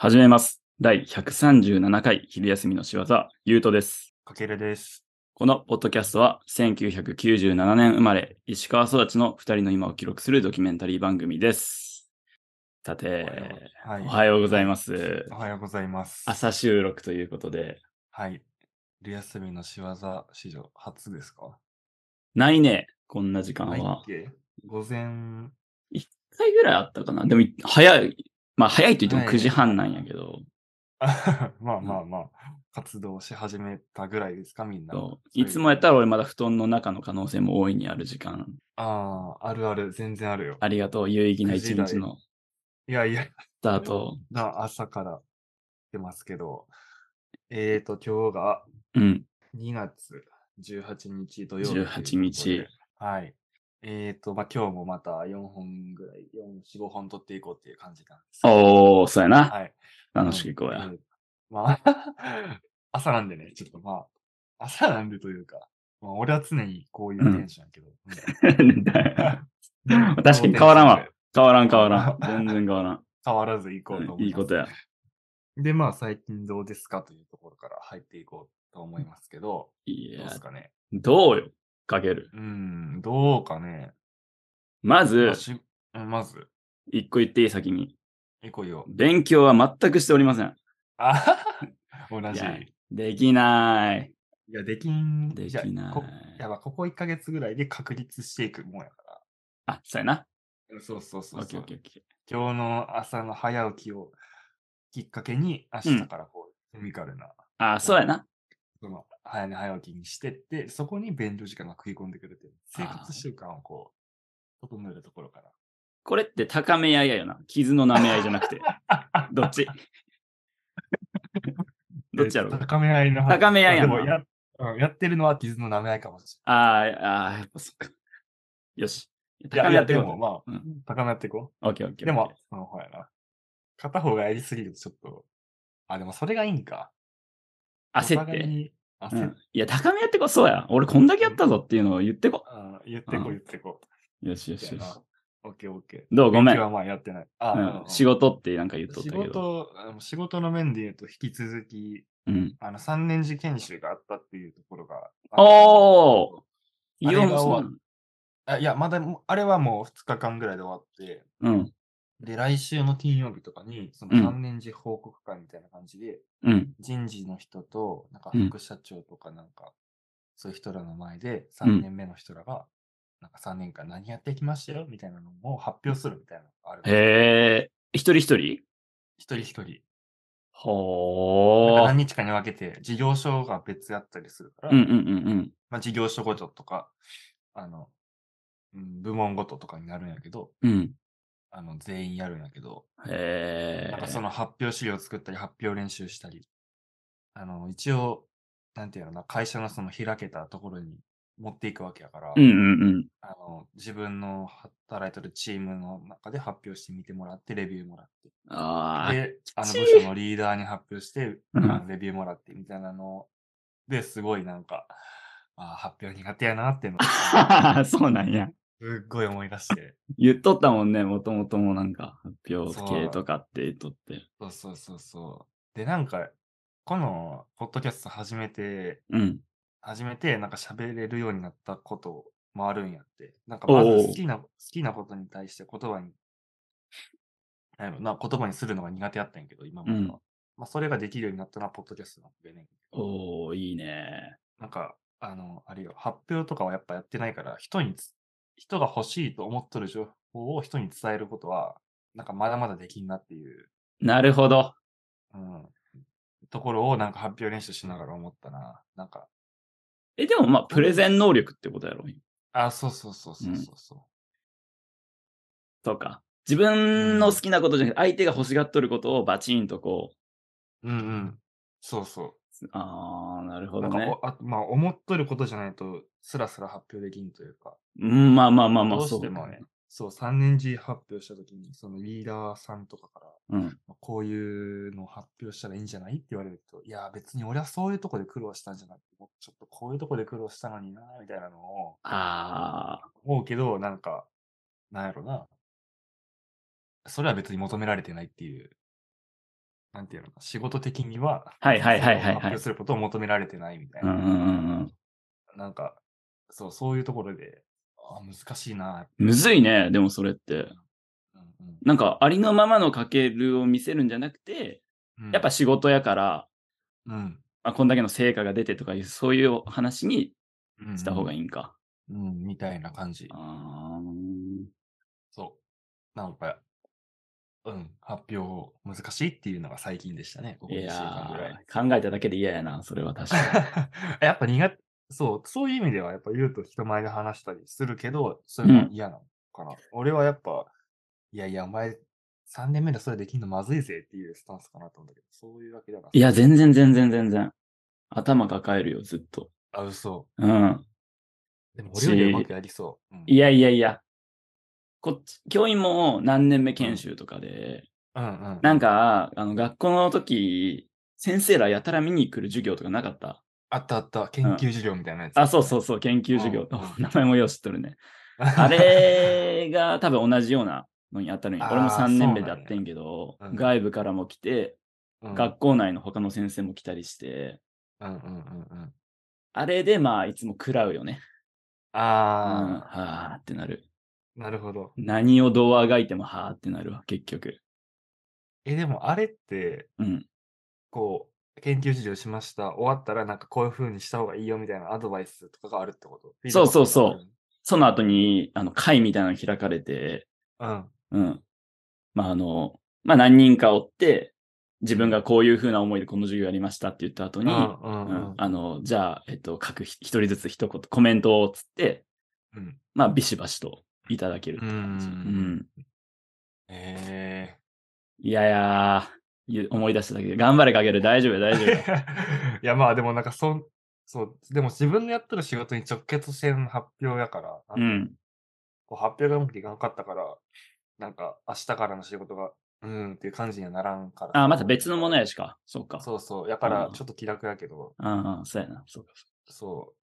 始めます。第137回昼休みの仕業、ゆうとです。 かけるです。 このポッドキャストは1997年生まれ、石川育ちの2人の今を記録するドキュメンタリー番組です。さて、 はい。 おはようございはい。 ますお。はようございます。 朝収録ということで、 はい。昼休みの仕業史上初ですか？ ないね、こんな時間ないっは。 け？午前、 1回ぐらいあったかな。でも、早い。まあ、早いと言っても9 はい。 時半なんやけど、 まあうん、 まあまあ、活動し始めたぐらいですか、みんな。 そういそれで言うと。 つもやったら俺まだ布団の中の可能性も大いにある時間。 ああ、あるある、全然あるよ。 ありがとう、有意義な 9 一時台。 日のいやいや、 スタート。 朝から出ますけど、今日がうん。 2月18日土曜日 18 ということで、 日。 はい。今日もまた4本ぐらい、4、4、5本取っていこうっていう感じなんですけど、 おー、そうやな。 はい。う楽しくん。 いこうや。 まあ朝なんでね、ちょっと朝なんでというか、俺は常にこういうテンうん。 ションやけど、こ確かにのテ変わらんわ。 ンションで、 変わらん変わらん。 ま全然変わらん。 変わらずいこううん、 と思います。 いいことや。 で、最近どうですかというところから入っていこうと思いますけど、 いや、 どうですかね。 どうよ、かける。 どうかね。まあ、 まず、 まず、 一個言っていい先に。 いこうよ。 勉強は全くしておりません。 あはは同いや、 じ。 できない。 いや、できん、じゃあ、 できない。 ここ1ヶ月ぐらいで確立していくもんやかあ、そうやな。 ら。そうそうそオッケーうそう。 オッケーオッケ今日の朝の早起きをきっかけに、明ー。うん。 日からケミカルな、 あ、 なんか、 そうやな。 早起きにしてって、そこに勉強時間が食い込んでくるという、生活あ、 習慣を整えるところから。 これって高め合いやよな。傷の舐め合いじゃなくて。どっちどっちやろう。 高め合いのはず。 高め合いやんな。 やってるのは傷の舐め合いかもしやっぱそっか。よし。 れない。いや、 高め合ってこうぜ。 でもうん。 高め合っていこオッケーオッう。でも、 ケーオッケほやな。片方がやりすぎるとちょっと、でもそれがいいんか。 ー。 お焦って。 互いにうん。 焦っいや、高め合ってこう。そうや。俺こんだけやって、 たぞっていうのを言ってこう。う言ん。 ってこよしよう。やな。 しよし。 オッケーオッケー。 どうごめん。 勉強はやってない。 うん。仕事ってなんか言っとったけど。 仕事の面で言うと引き続き、 うん。 3年次研修があったっていうところがあったんですけおー。 ど、あいや、もうれが終わっそうなの。 いや、まだ、あれはもう2日間ぐらいで終わって、 うん。 で、来週の金曜日とかに、そのうん。 3年次報告会みたいな感じで、 うん。 人事の人と、なんかうん。 副社長とかなんか、そういう人らの前で、3 うん。 年目の人らが、なんか3年間何やってきましたよみたいなのを発表するみたいなのがあるんですよ。 へえ。一人一人一人一人。なんかほー。 何日かに分けて、事業所が別やったりするから、 うんうんうんうん。 事業所ごととか、あの、部門ごととかになるんやけど、 うん。 全員やるんやけど、なんかそへえ。 の発表資料を作ったり、発表練習したり、一応、なんていうのかな、会社のその開けたところに持っていくわけやから、 うんうんうん。 自分の働いてるチームの中で発表してみてもらって、レビューもらって。 ああ、 で、 きち部署い。 のリーダーに発表して、 うん。 レビューもらってみたいなので、すごいなんか、発表苦手やなっていうのをすごい、 そうなんや。 すっごい思い出して。 言っとったもんね、もともともなんか、発表系とそう、 かって言っとって。 そう。で、なんか、このポッドキャストうん。 初めてなんか喋れるようになったこともあるんやって。なんかまずおお。 好きなことに対して言葉にするのが苦手やったんやけど、今までは。 うん。 それができるようになったのはポッドキャストなんでねんけど、 おお、いいね。 なんか、あれよ、発表とかはやっぱやってないから、人が欲しいと思っとる情報を人に伝えることは、なんかまだまだできんなっていう、 なるほど。 うん、ところをなんか発表練習しながら思ったな。なんか、 でもまあ、プレこういう、 ゼン能力ってことやろ。 そううん。 そそうか。自う。 分の好きなことじゃなくて、相手が欲しがっとることをバチンとこうんうん。そうそう、ああ、なるほう。なんか、 どね。 思っとることじゃないと、スラスラ発表できんというか、 うん、まあまあまあまあ、 どうそうか。 してもね、そう、3年次発表したときに、そのリーダーさんとかから、 うん。 こういうのを発表したらいいんじゃないって言われると、いや、別に俺はそういうとこで苦労したんじゃなくて、もうちょっとこういうとこで苦労したのにな、みたいなのをああ、 思うけど、なんか、なんやろな、それは別に求められてないっていう。 なんていうのか、仕事的には、 はいはいはいはい成果を発はい。 表することを求められてないみたいな。 うんうんうんなんか、そういうところで、難しいな。 うん。むずいね、でもそれって。 うんなんかありのままのかけるを見せるんじゃなくて、 うん。 やっぱ仕事やから、 うん。 こんだけの成果が出てとかいう、そういう話にうん。 した方がいいんか。 みたいな感じ。 あーそう。なんか、発表難しいっていうのが最近でしたね。ここい 2週間ぐらい。 やー、考えただけで嫌やな、それは確かに。 やっぱそういう意味ではやっぱ言うと人前で話したりするけど、そういうのはうん。 嫌なのかな。俺はやっぱ、いやいや、お前3年目でそれできんのまずいぜっていうスタンスかなと思うんだけど、そういうわけではなさいや、 そう。 全然全然全然。頭抱えるよ、ずっと。 嘘。 うん。 でも俺よりはうまくやりそう。 いやいやいや、こっち、教員も何年目うん。 研修とかで、 うんうんうなんん。 か、学校の時、先生らやたら見に来る授業とかなかった？ あったあった。 うん。 研究授業みたいなやつあったね。 そうそうそう、研究授業。 うん。 名前もよう知っとるね。あれが多分同じようなのに当たるんよ。俺もああ、 3年そうなんや。 目でやってんけど、 うん。 外部からも来て、 うん。 学校内の他の先生も来たりして、 うんうんうんうん。 あれでいつも食らうよね。うん、 ああ、 はあってなる。 なるほど。 何をどうあがいてもはあってなるわ、結局。 でもあれって、 うん。 研究授業しました。終わったらなんかこういう風にした方がいいよみたいなアドバイスとかがあるってこと？フィードそうバッそうそう。 クがある？ その後に、会みたいなの開かれて、 うん。 うん。何人かおって、自分うん。 がこういう風な思いでこの授業やりましたって言った後に、 うんうんうん。 うん。 じゃあ、各一人ずつ一言コメントをつって、 うん。 ビシバシといただけるっうーて感じ。うん。 ん。 ええ。 いやいや思い出しただけで、頑張れかける、大丈夫よ、大丈夫よ。 いや、まあ、でもなんかそう、でも自分のやってる仕事に直結してる発表やから、なんていうの、 うん。 発表がうまくいかなかったから、なんか明日からの仕事が、っていう感じにはならんからさ、 また別のものやしか。そうか。 そうそう、やからあちょっと気楽やけど、 そうやな。そうか。 そう、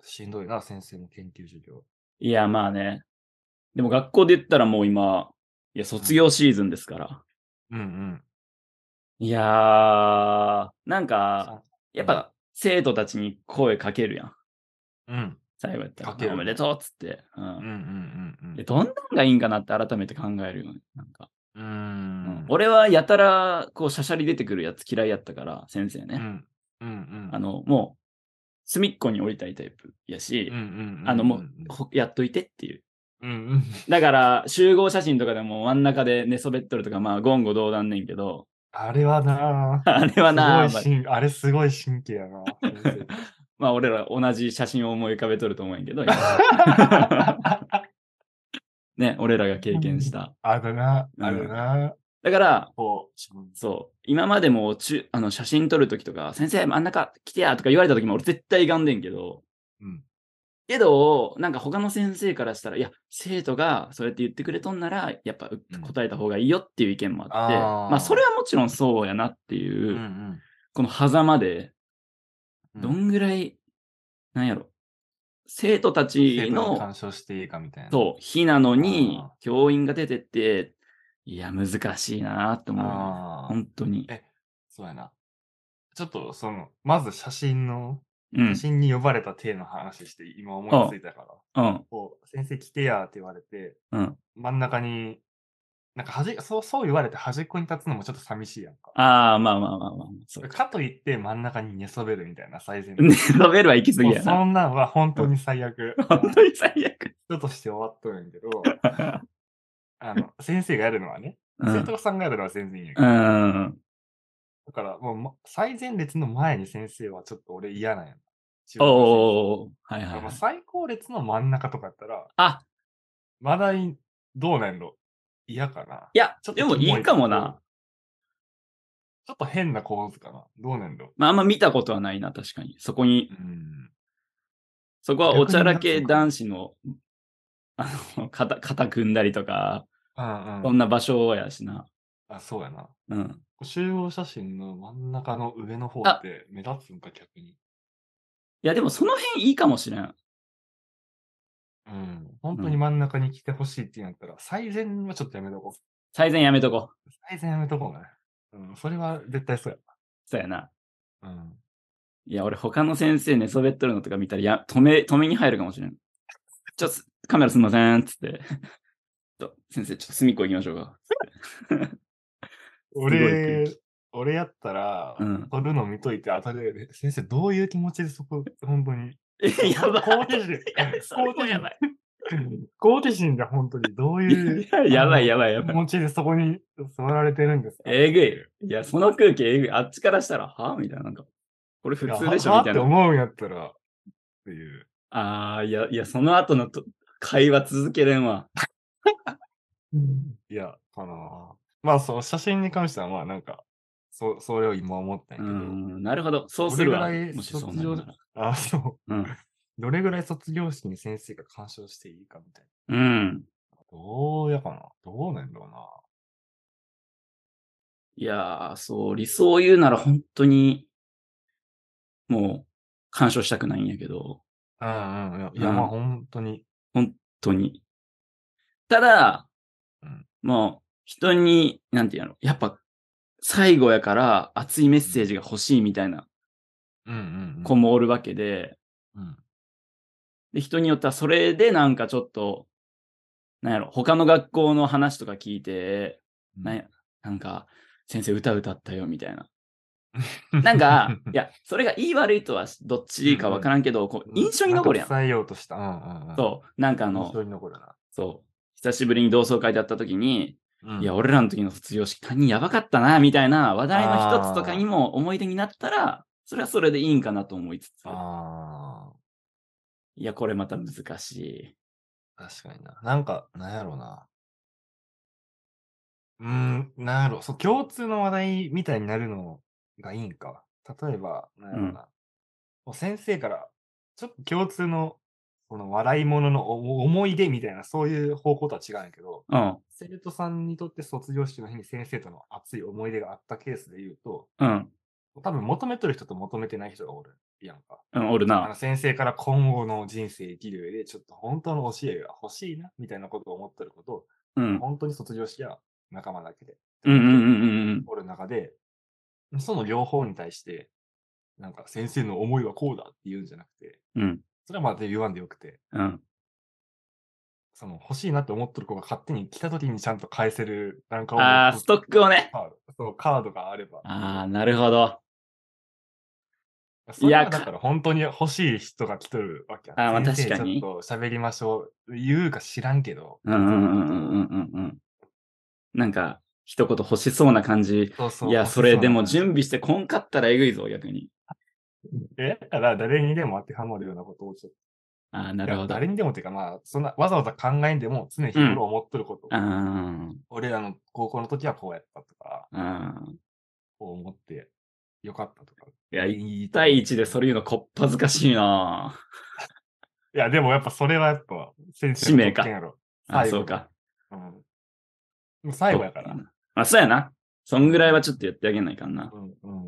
しんどいな、先生の研究授業。 いや、まあね。でも学校で言ったらもう今、いや、卒うん。 業シーズンですから。 うんうん。 いやー、なんか、 さうん。 やっぱ生徒たちに声かけるやん。 うん。 最後やったら、 かけるね。 おめでとうっつって。うん。 うんうんうんうで、 ん。 どんなんがいいんかなって改めて考えるよね。なんか。 うーん。 俺はやたら、こう、しゃしゃり出てくるやつ嫌いやったから、先生ね。 うん。うんうん。 もう、隅っこに降りたいタイプやし、 うんうんうんうんうん。 やっといてっていう。 うんうん。 だから、集合写真とかでも真ん中で寝そべっとるとか、言語道断ねんけど、 あれはな、 あれはな、 あれすごい神経やな、先生として。 俺ら同じ写真を思い浮かべとると思うんやけど、今。ね、俺らが経験した。 あるな、あるうん。 な。 だから、 うん。 そう、今までも写真撮るときとか、先生真ん中来てやとか言われたときも俺絶対がんでんけど、 うん。 けど、なんか他の先生からしたら、いや、生徒がそうやって言ってくれとんなら、やっぱうん。 答えた方がいいよっていう意見もあって、それああ。 はもちろんそうやなっていうんうう、 ん。 この狭間で、どうん。 んぐらい、なんやろ、生徒た生徒にちの、 干渉していいかみたいな。 そう、日なのに、 あ教員が出てって、いや、難しいなってあ。 思うよね。 ああ。 本当に。 そうやな。ちょっとまず写うん。 真に呼ばれた体の話して今思いつあいたから、 うん。 先生来てやって言われて、 うん。 真ん中に、なんかそう言われて端っこに立つのもちょっと寂しいやんか。 そうか。 かといって真ん中に寝そべるみたいな最前ね、 提。 ノベルは行き過ぎやな。 そんなんは本うん。 当に最悪。 本当に最悪。 人として終わっとるんやけど、先生がやるのはね、生うん。 徒さんがやるのは全然いいんやうけど、 ん。 だからもう、最前列の前に先生はちょっと俺嫌なんやな。中学の先生。だおー。はいからもうはいはい。 最後列の真ん中とかやったら、 あ、 まだどうなんやろ。嫌かな。 いや、 ちょっとでもいいキモいか、 かもな。 ちょっと変な構図かな。どうなんやろ。 あんま見たことはないな、確かに。 うん。 そこはお逆に目ちゃらけ立つんかな。 男子の、肩組んだりとか、 うんうん。 そんな場所やしな。 そうやな。 うん。 集合写真の真ん中の上の方っあ、 て目立つんか、逆に。 いやでもその辺いいかもしれん。 うん。本当にうん。 真ん中に来てほしいって言うんやったら、最善はちょっとやめとこう。 最善やめとこ最善やめとこうね。 それは絶対そうやそうやな。 な。うん。 いや、俺他の先生寝そべっとるのとか見たら、止めに入るかもしれん。カメラすんません、つって。先生、ちょっと隅っこ行きましょうか。つってすごい空気。 俺やったら、 うん。 撮るの見といて当たり前で、先生どういう気持ちでそこ、本当に。 やばい。 好奇心、 それもやばい。 好奇心で本当にどういうやばいやばいや気ばい。 持ちでそこに座られてるんですかえぐい。いや、その空気えぐい。あっちからしたら、はみたいな。なんか、これ普通でしょみたいってな。 思うんやったら、っていう。 いや、その後の会話続けれんわ。 いや、まあ、その写真に関しては、まあなんか、それを今思ったんやけど、 なるほど。そうどするわ。 れぐらいもしそう卒業、 なるなら。 そう。どれぐらい卒業式に先生が干渉していいかみたいな。 うん。 どうやかなどうなんだろうな。 いやー、そう、理想を言うなら本当に、もう、干渉したくないんやけど。 いや、まあ本当に。 本当に。ただ、 うん。 もう、人に、なんていうの、やっぱ、最後やから熱いメッセージが欲しいみたいな子もおるわけで、で、人によってはそれでなんかちょっと、なんやろ、他の学校の話とか聞いて、なんか、先生歌歌ったよみたいな。なんか、いや、それがいい悪いとはどっちかわからんけど、こう、印象に残るやん。 伝えようとした。 そう、なんか印象に残るな。 そう、久しぶりに同窓会で会った時に、 うん。 いや、俺らの時の卒業式、担任やばかったな、みたいな話題の一つとかにも思い出になったら、それはそれでいいんかなと思いつつ。いや、これまた難しい。 確かにな。なんか、なんやろうな。なんやろ、そう、共通の話題みたいになるのがいいんか。例えば、なんやろうな。もう先生から、ちょっと共通の、この笑い物の思い出みたいな、そういう方向とは違うんやけど、生徒さんにとって卒業式の日に先生との熱い思い出があったケースで言うと、多分求めとる人と求めてない人がおるやんか。 おるな。 先生から今後の人生生きる上で、ちょっと本当の教えが欲しいな、みたいなことを思ってること、本当に卒業式や仲間だけで、おる中で、その両方に対して、なんか先生の思いはこうだって言うんじゃなくて、それはまあ言わんでよくて、その欲しいなって思ってる子が勝手に来た時にちゃんと返せる、なんかストックをね。 カードがあれば。 なるほど。 それはだから本当に欲しい人が来とるわけや。 まあ先生確かに。 ちょっと喋りましょう。言うか知らんけど。 なんか、一言欲しそうな感じ。いや、それでも準備してこんかったらえぐいぞ、逆に。 だから誰にでも当てはまるようなことをちょっと。 なるほど。 誰にでもっていうか、まあ、そんなわざわざ考えんでも常日頃思っとること。俺らの高校の時はこうやったとか、こう思ってよかったとか。 いや、1対1でそれ言うのこっぱずかしいないや、でもやっぱそれはやっぱ先生の特権やろ。 そうか。 最後やから。 そうやな。そんぐらいはちょっとやってあげないかんな。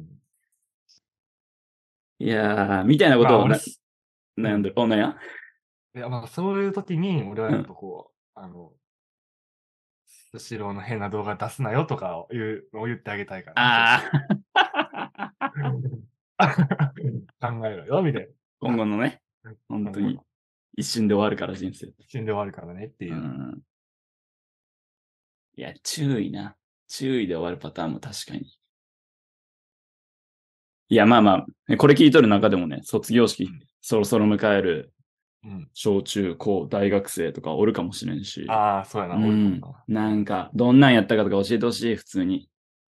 いやー、みたいなことを悩んでる。なんやいや、まあ、そういう時に、俺はやっぱこう、スシローの変な動画出すなよとか言ってあげたいから。考えろよ、みたいな。 今後のね、本当に、一瞬で終わるから人生。 一瞬で終わるからねっていう。 いや、注意な。注意で終わるパターンも確かに。いや、まあまあ、これ聞いとる中でもね、卒業式、そろそろ迎える、小中高、大学生とかおるかもしれんし。 そうやな、おるかもな。なんか、どんなんやったかとか教えてほしい、普通に。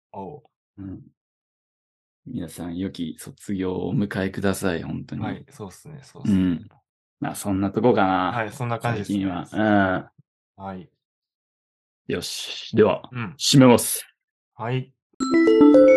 皆さん、良き卒業をお迎えください、本当に。 はい、そうっすね、そうっすね。 まあ、そんなとこかな。 はい、そんな感じですね。 最近は。 はい。 よし。では、締めます。 はい。